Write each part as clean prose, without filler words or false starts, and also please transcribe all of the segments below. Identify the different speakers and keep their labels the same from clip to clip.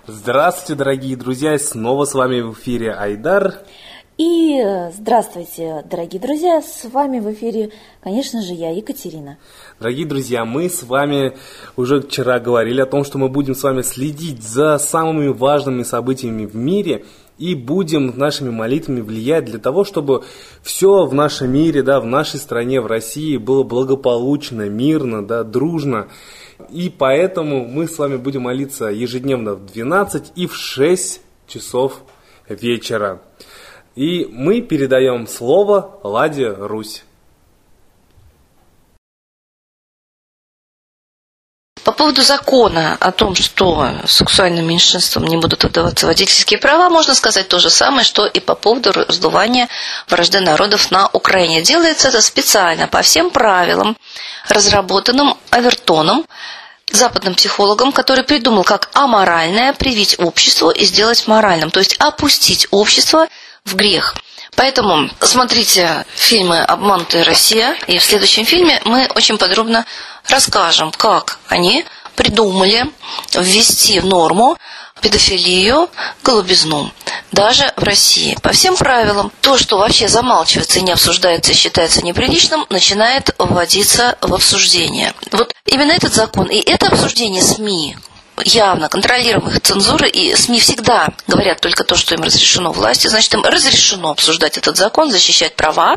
Speaker 1: Здравствуйте, дорогие друзья, снова с вами в эфире Айдар.
Speaker 2: И здравствуйте, дорогие друзья, с вами в эфире, конечно же, я, Екатерина.
Speaker 1: Дорогие друзья, мы с вами уже вчера говорили о том, что мы будем с вами следить за самыми важными событиями в мире и будем нашими молитвами влиять для того, чтобы все в нашем мире, в нашей стране, в России было благополучно, мирно, дружно. И поэтому мы с вами будем молиться ежедневно в 12 и в 6 часов вечера. И мы передаем слово Ладе Русь.
Speaker 3: По поводу закона о том, что сексуальным меньшинствам не будут отдаваться водительские права, можно сказать то же самое, что и по поводу раздувания вражды народов на Украине. Делается это специально, по всем правилам, разработанным Овертоном, западным психологом, который придумал, как аморальное привить обществу и сделать моральным, то есть опустить общество в грех. Поэтому смотрите фильмы «Обманутая Россия», и в следующем фильме мы очень подробно расскажем, как они придумали ввести в норму педофилию, голубизну, даже в России. По всем правилам, то, что вообще замалчивается и не обсуждается и считается неприличным, начинает вводиться в обсуждение. Вот именно этот закон и это обсуждение СМИ, явно контролируемых цензурой, и СМИ всегда говорят только то, что им разрешено власти, значит, им разрешено обсуждать этот закон, защищать права,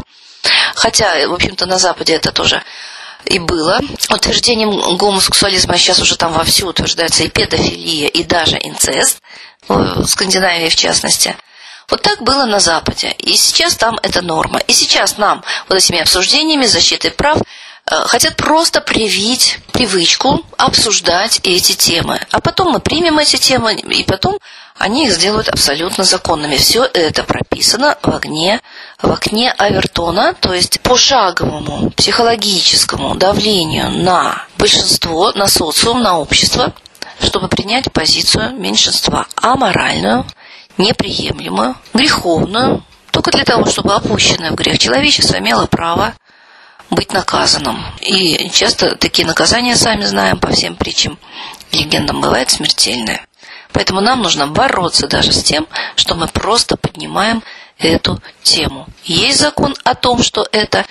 Speaker 3: хотя, в общем-то, на Западе это тоже и было. Утверждением гомосексуализма сейчас уже там вовсю утверждается и педофилия, и даже инцест, в Скандинавии в частности. Вот так было на Западе, и сейчас там это норма. И сейчас нам вот этими обсуждениями защиты прав хотят просто привить привычку обсуждать эти темы. А потом мы примем эти темы, и потом они их сделают абсолютно законными. Все это прописано в окне Овертона, то есть пошаговому психологическому давлению на большинство, на социум, на общество, чтобы принять позицию меньшинства аморальную, неприемлемую, греховную, только для того, чтобы опущенное в грех человечество имело право быть наказанным. И часто такие наказания, сами знаем, по всем притчам и легендам, бывают смертельные. Поэтому нам нужно бороться даже с тем, что мы просто поднимаем эту тему. Есть закон о том, что это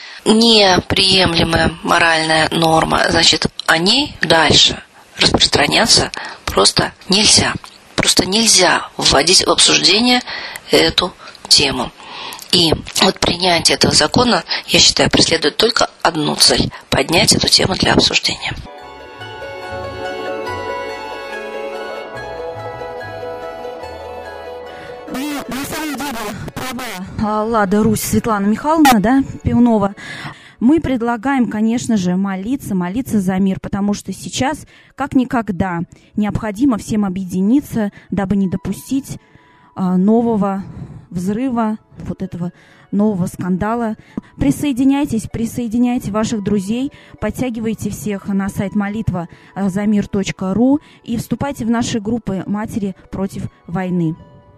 Speaker 3: неприемлемая моральная норма, значит, о ней дальше распространяться просто нельзя. Просто нельзя вводить в обсуждение эту тему. И вот принятие этого закона, я считаю, преследует только одну цель – поднять эту тему для обсуждения.
Speaker 4: На самом деле, права Лада Русь Светлана Михайловна, Пивнова. Мы предлагаем, конечно же, молиться за мир, потому что сейчас, как никогда, необходимо всем объединиться, дабы не допустить нового взрыва, вот этого нового скандала. Присоединяйте ваших друзей, подтягивайте всех на сайт молитвазамир.ру и вступайте в наши группы «Матери против войны».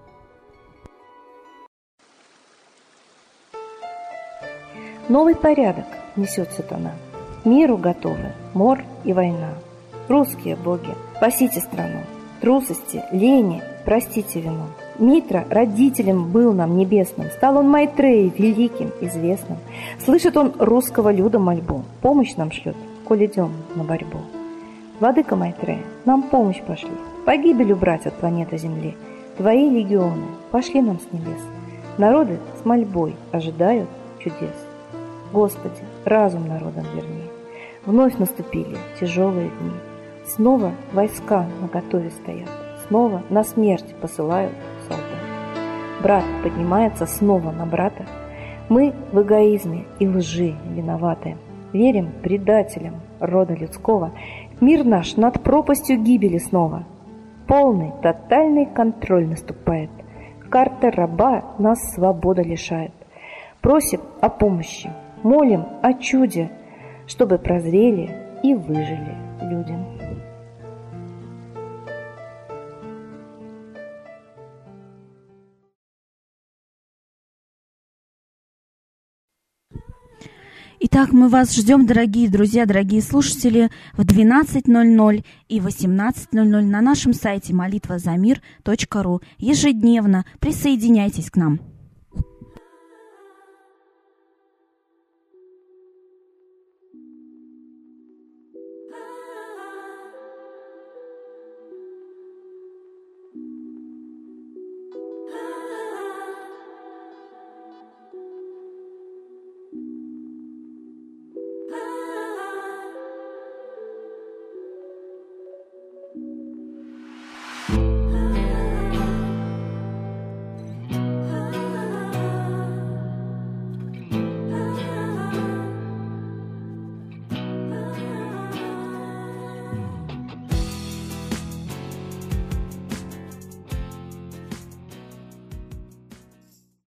Speaker 5: Новый порядок несет сатана. Миру готовы мор и война. Русские боги, спасите страну. Трусости, лени, простите вину. Митра родителем был нам небесным, стал он Майтреей великим, известным. Слышит он русского люда мольбу, помощь нам шлет, коль идем на борьбу. Владыка Майтрея, нам помощь пошли, погибель убрать от планеты Земли. Твои легионы пошли нам с небес. Народы с мольбой ожидают чудес. Господи, разум народам верни. Вновь наступили тяжелые дни. Снова войска наготове стоят. Снова на смерть посылают солдат. Брат поднимается снова на брата. Мы в эгоизме и лжи виноваты. Верим предателям рода людского. Мир наш над пропастью гибели снова. Полный, тотальный контроль наступает. Карта раба нас свобода лишает. Просим о помощи, молим о чуде, чтобы прозрели и выжили люди.
Speaker 4: Итак, мы вас ждем, дорогие друзья, дорогие слушатели, в 12:00 и 18:00 на нашем сайте молитвазамир.ру. Ежедневно присоединяйтесь к нам.